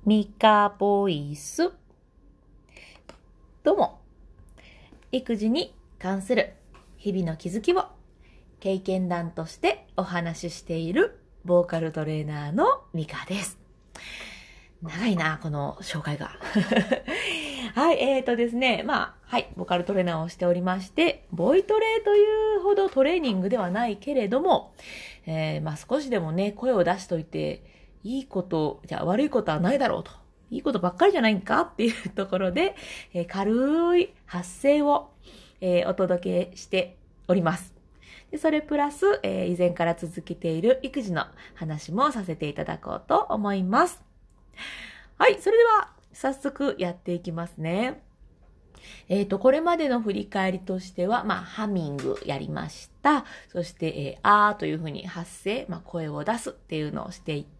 ミカボイス。どうも、育児に関する日々の気づきを経験談としてお話ししているボーカルトレーナーのミカです。長いな、この紹介が。はい、ですね、ボーカルトレーナーをしておりまして、ボイトレというほどトレーニングではないけれども、少しでもね、声を出しといて、いいこと、じゃあ悪いことはないだろうと。いいことばっかりじゃないんかっていうところで、軽い発声を、お届けしております。でそれプラス、以前から続けている育児の話もさせていただこうと思います。はい、それでは早速やっていきますね。これまでの振り返りとしては、ハミングやりました。そして、あーというふうに発声、声を出すっていうのをしていって、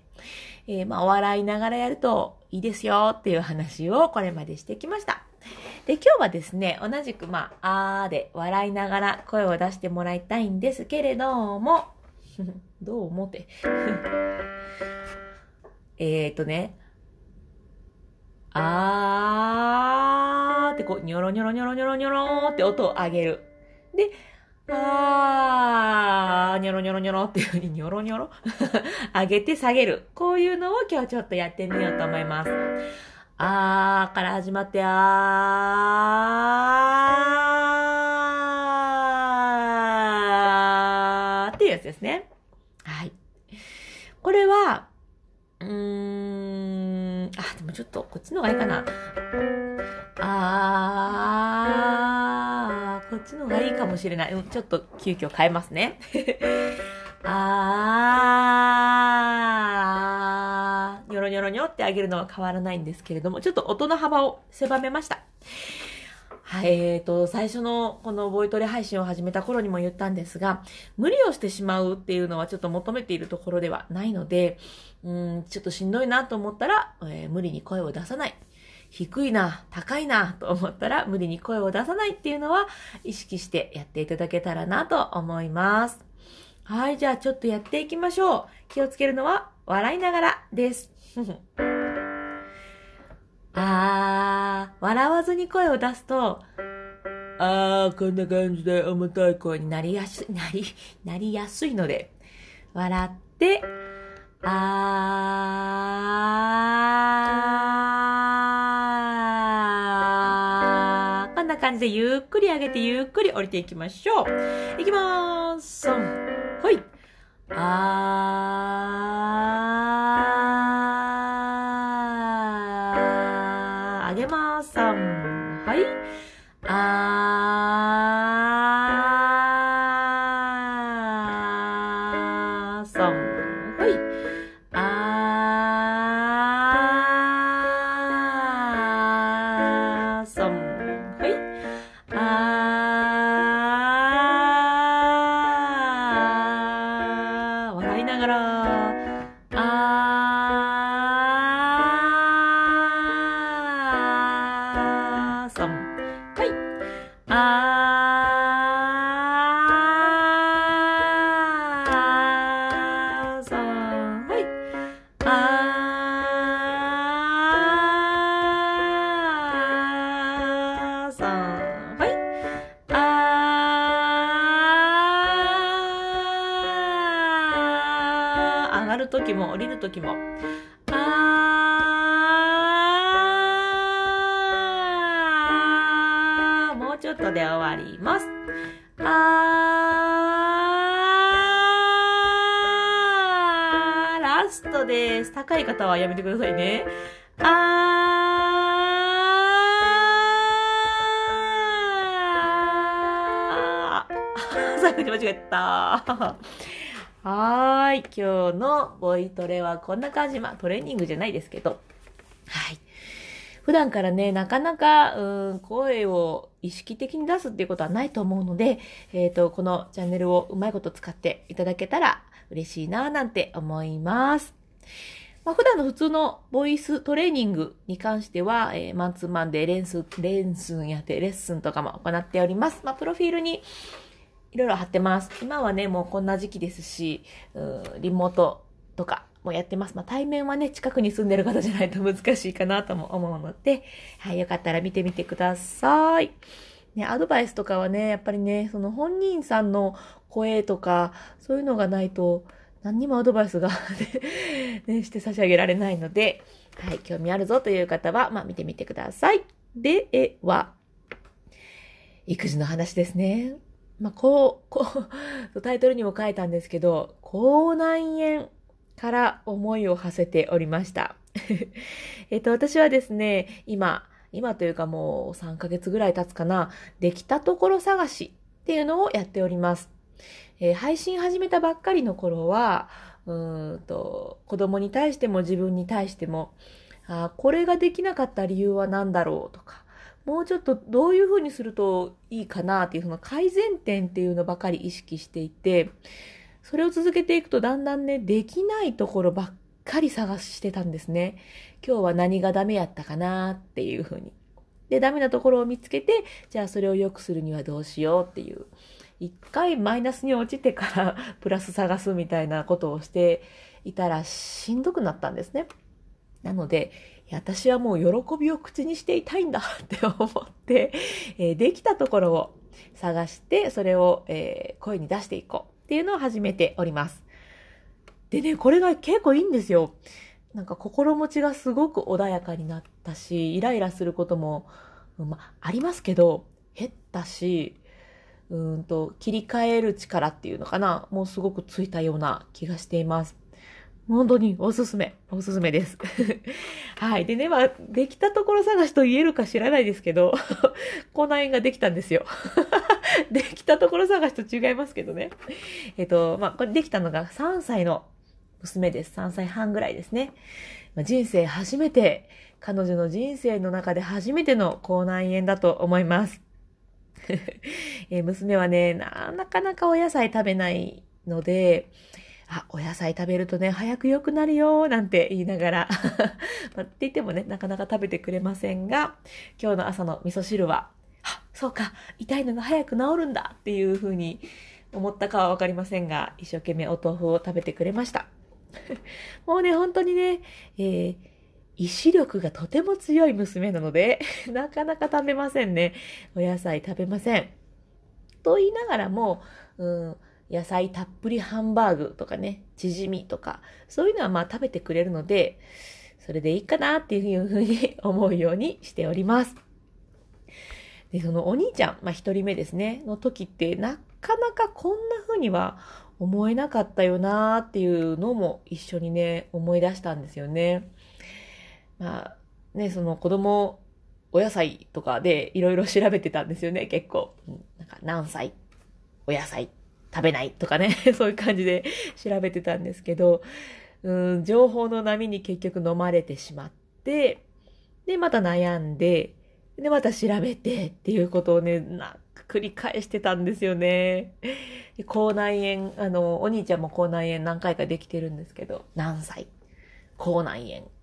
笑いながらやるといいですよっていう話をこれまでしてきました。で、今日はですね、同じくあーで笑いながら声を出してもらいたいんですけれども、どう思ってあーってこう、ニョロニョロニョロニョロニョロって音を上げる。で、あー、ニョロニョロニョロっていう風にニョロニョロ上げて下げる。こういうのを今日ちょっとやってみようと思います。あーから始まって、あーっていうやつですね。はい。これは、でもちょっとこっちの方がいいかな。こっちの方がいいかもしれない。ちょっと急遽変えますね。ニョロニョロニョってあげるのは変わらないんですけれども、ちょっと音の幅を狭めました。はい、最初のこのボイトレ配信を始めた頃にも言ったんですが、無理をしてしまうっていうのはちょっと求めているところではないので、ちょっとしんどいなと思ったら、無理に声を出さない。低いな、高いなと思ったら無理に声を出さないっていうのは意識してやっていただけたらなと思います。はい、じゃあちょっとやっていきましょう。気をつけるのは笑いながらです。笑わずに声を出すと、こんな感じで重たい声になりやすいので、笑って、こんな感じでゆっくり上げてゆっくり降りていきましょう。いきまーす。ほい。上げます。はい。はい。はい。笑いながら、はい。はい。はい。上がるときも降りるときも。もうちょっとで終わります。ラストです。高い方はやめてくださいね。最後に間違えた。はーい。今日のボイトレはこんな感じ。トレーニングじゃないですけど。はい。普段からね、なかなか、声を意識的に出すっていうことはないと思うので、このチャンネルをうまいこと使っていただけたら嬉しいななんて思います。普段の普通のボイストレーニングに関しては、マンツーマンでレッスンとかも行っております。プロフィールにいろいろ貼ってます。今はね、もうこんな時期ですし、リモートとかもやってます。対面はね、近くに住んでる方じゃないと難しいかなとも思うので、はい、よかったら見てみてください。ね、アドバイスとかはね、やっぱりね、その本人さんの声とか、そういうのがないと、何にもアドバイスがね、して差し上げられないので、はい、興味あるぞという方は、見てみてください。では、育児の話ですね。タイトルにも書いたんですけど、口内炎から思いを馳せておりました。私はですね、今というかもう3ヶ月ぐらい経つかな、できたところ探しっていうのをやっております。配信始めたばっかりの頃は、子供に対しても自分に対しても、これができなかった理由は何だろうとか、もうちょっとどういうふうにするといいかなっていうその改善点っていうのばかり意識していて、それを続けていくとだんだんね、できないところばっかり探してたんですね。今日は何がダメやったかなっていうふうに。で、ダメなところを見つけて、じゃあそれを良くするにはどうしようっていう。一回マイナスに落ちてからプラス探すみたいなことをしていたらしんどくなったんですね。なので、私はもう喜びを口にしていたいんだって思って、できたところを探して、それを、声に出していこうっていうのを始めております。でね、これが結構いいんですよ。なんか心持ちがすごく穏やかになったし、イライラすることも、ありますけど、減ったし、切り替える力っていうのかな、もうすごくついたような気がしています。本当におすすめです。はい。でね、できたところ探しと言えるか知らないですけど、口内炎ができたんですよ。できたところ探しと違いますけどね。これできたのが3歳の娘です。3歳半ぐらいですね。人生初めて、彼女の人生の中で初めての口内炎だと思います。娘はね、なかなかお野菜食べないので、お野菜食べるとね、早く良くなるよ、なんて言いながらって言ってもね、なかなか食べてくれませんが、今日の朝の味噌汁は、そうか、痛いのが早く治るんだっていうふうに思ったかはわかりませんが、一生懸命お豆腐を食べてくれました。もうね、本当にね、意志力がとても強い娘なので、なかなか食べませんね。お野菜食べません。と言いながらも、野菜たっぷりハンバーグとかね、チヂミとか、そういうのは食べてくれるので、それでいいかなっていうふうに思うようにしております。で、そのお兄ちゃん、一人目ですね、の時ってなかなかこんな風には思えなかったよなっていうのも一緒にね、思い出したんですよね。その子供、お野菜とかでいろいろ調べてたんですよね、結構。なんか何歳、お野菜、食べないとかね、そういう感じで調べてたんですけど、情報の波に結局飲まれてしまって、で、また悩んで、で、また調べてっていうことをね、繰り返してたんですよね。で口内炎、お兄ちゃんも口内炎何回かできてるんですけど、何歳口内炎。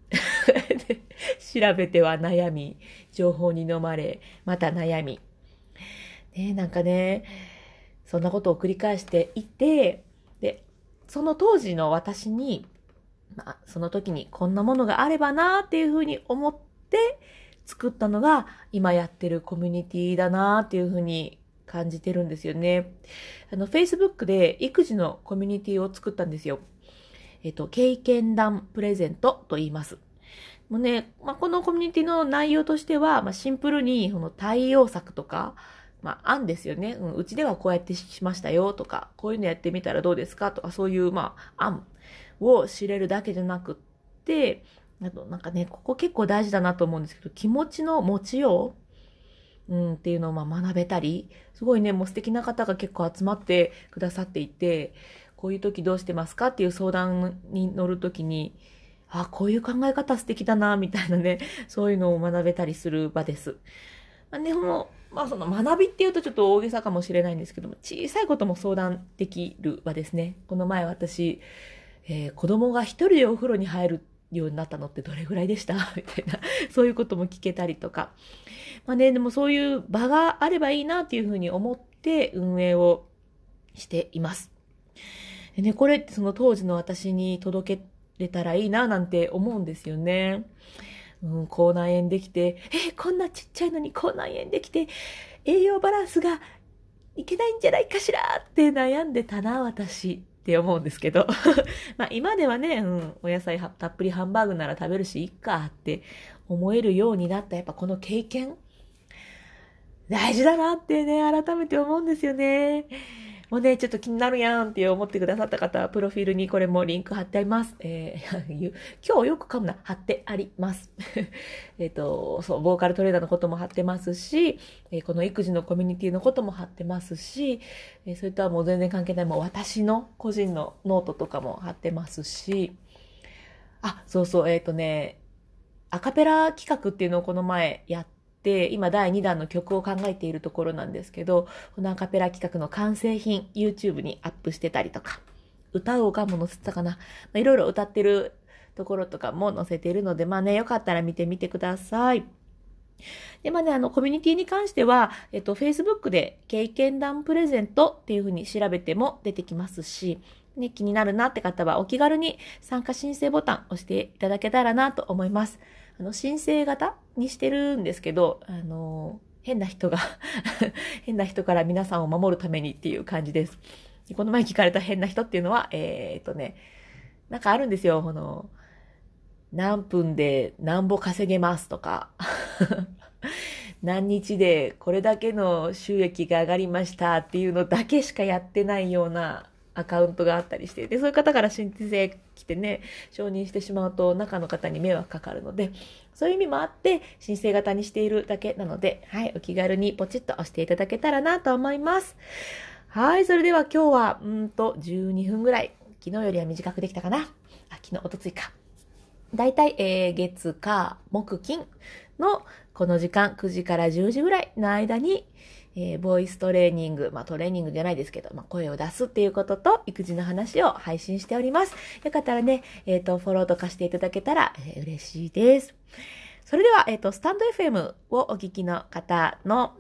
調べては悩み、情報に飲まれ、また悩み。なんかね、そんなことを繰り返していて、で、その当時の私に、その時にこんなものがあればなっていうふうに思って作ったのが今やってるコミュニティだなっていうふうに感じてるんですよね。Facebook で育児のコミュニティを作ったんですよ。経験談プレゼントと言います。もうね、このコミュニティの内容としては、シンプルに、対応策とか、案ですよね。うちではこうやってしましたよとか、こういうのやってみたらどうですかとか、そういう、案を知れるだけじゃなくって、あと、なんかね、ここ結構大事だなと思うんですけど、気持ちの持ちよう、っていうのを学べたり、すごいね、もう素敵な方が結構集まってくださっていて、こういう時どうしてますかっていう相談に乗るときに、こういう考え方素敵だな、みたいなね、そういうのを学べたりする場です。その学びっていうとちょっと大げさかもしれないんですけども、小さいことも相談できる場ですね。この前私、子供が一人でお風呂に入るようになったのってどれぐらいでしたみたいな、そういうことも聞けたりとか。でもそういう場があればいいなっていうふうに思って運営をしています。でね、これってその当時の私に届けれたらいいななんて思うんですよね。口内炎できて、こんなちっちゃいのに口内炎できて、栄養バランスがいけないんじゃないかしらって悩んでたな、私って思うんですけど。まあ今ではね、お野菜たっぷりハンバーグなら食べるし、いっかって思えるようになった、やっぱこの経験、大事だなってね、改めて思うんですよね。もうね、ちょっと気になるやんって思ってくださった方は、プロフィールにこれもリンク貼ってあります。今日よく噛むな、貼ってあります。そう、ボーカルトレーナーのことも貼ってますし、この育児のコミュニティのことも貼ってますし、それとはもう全然関係ない、もう私の個人のノートとかも貼ってますし、そうそう、アカペラ企画っていうのをこの前やって、今第2弾の曲を考えているところなんですけど、このアカペラ企画の完成品 YouTube にアップしてたりとか、歌うかも載せてたかな、いろいろ歌ってるところとかも載せているので、まあね、よかったら見てみてください。で、まあね、コミュニティに関しては、Facebook で経験談プレゼントっていう風に調べても出てきますし、ね、気になるなって方はお気軽に参加申請ボタン押していただけたらなと思います。申請型にしてるんですけど、変な人が変な人から皆さんを守るためにっていう感じです。この前聞かれた変な人っていうのは、なんかあるんですよ。何分で何ぼ稼げますとか、何日でこれだけの収益が上がりましたっていうのだけしかやってないようなアカウントがあったりして、で、そういう方から申請来てね、承認してしまうと中の方に迷惑かかるので、そういう意味もあって申請型にしているだけなので、はい、お気軽にポチッと押していただけたらなと思います。はい、それでは今日は、12分ぐらい、昨日よりは短くできたかな。昨日、おとついか。だいたい、月、火、木、金のこの時間、9時から10時ぐらいの間に、ボイストレーニング、トレーニングじゃないですけど、声を出すっていうことと、育児の話を配信しております。よかったらね、フォローとかしていただけたら、嬉しいです。それでは、スタンド FM をお聞きの方の、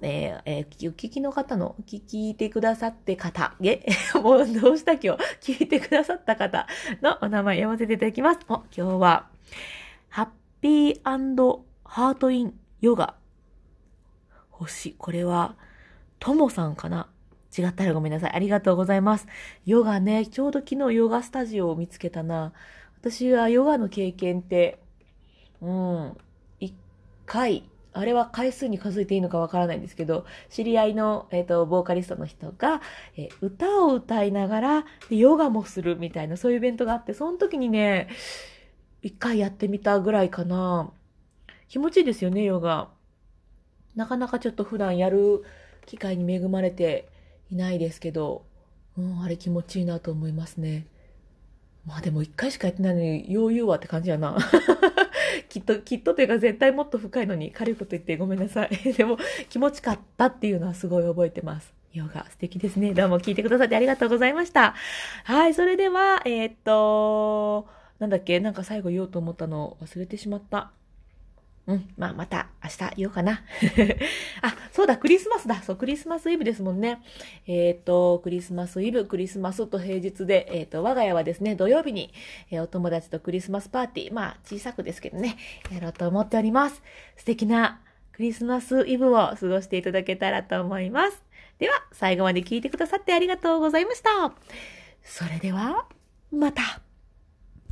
聞いてくださって方、もうどうした今日、聞いてくださった方のお名前読ませていただきます。今日は、ハッピー&ハートインヨガ。これは、ともさんかな？違ったらごめんなさい。ありがとうございます。ヨガね、ちょうど昨日ヨガスタジオを見つけたな。私はヨガの経験って、一回、あれは回数に数えていいのかわからないんですけど、知り合いの、ボーカリストの人が、歌を歌いながら、ヨガもするみたいな、そういうイベントがあって、その時にね、一回やってみたぐらいかな。気持ちいいですよね、ヨガ。なかなかちょっと普段やる機会に恵まれていないですけど、あれ気持ちいいなと思いますね。でも一回しかやってないのに、よう言うわって感じやな。きっとというか絶対もっと深いのに軽いこと言ってごめんなさい。でも気持ちかったっていうのはすごい覚えてます。ヨガ素敵ですね。どうも聞いてくださってありがとうございました。はい、それでは、なんだっけ、なんか最後言おうと思ったの忘れてしまった。また明日言おうかな。そうだ、クリスマスだ。そう、クリスマスイブですもんね。クリスマスイブ、クリスマスと平日で、我が家はですね、土曜日に、お友達とクリスマスパーティー、小さくですけどね、やろうと思っております。素敵なクリスマスイブを過ごしていただけたらと思います。では、最後まで聞いてくださってありがとうございました。それでは、また。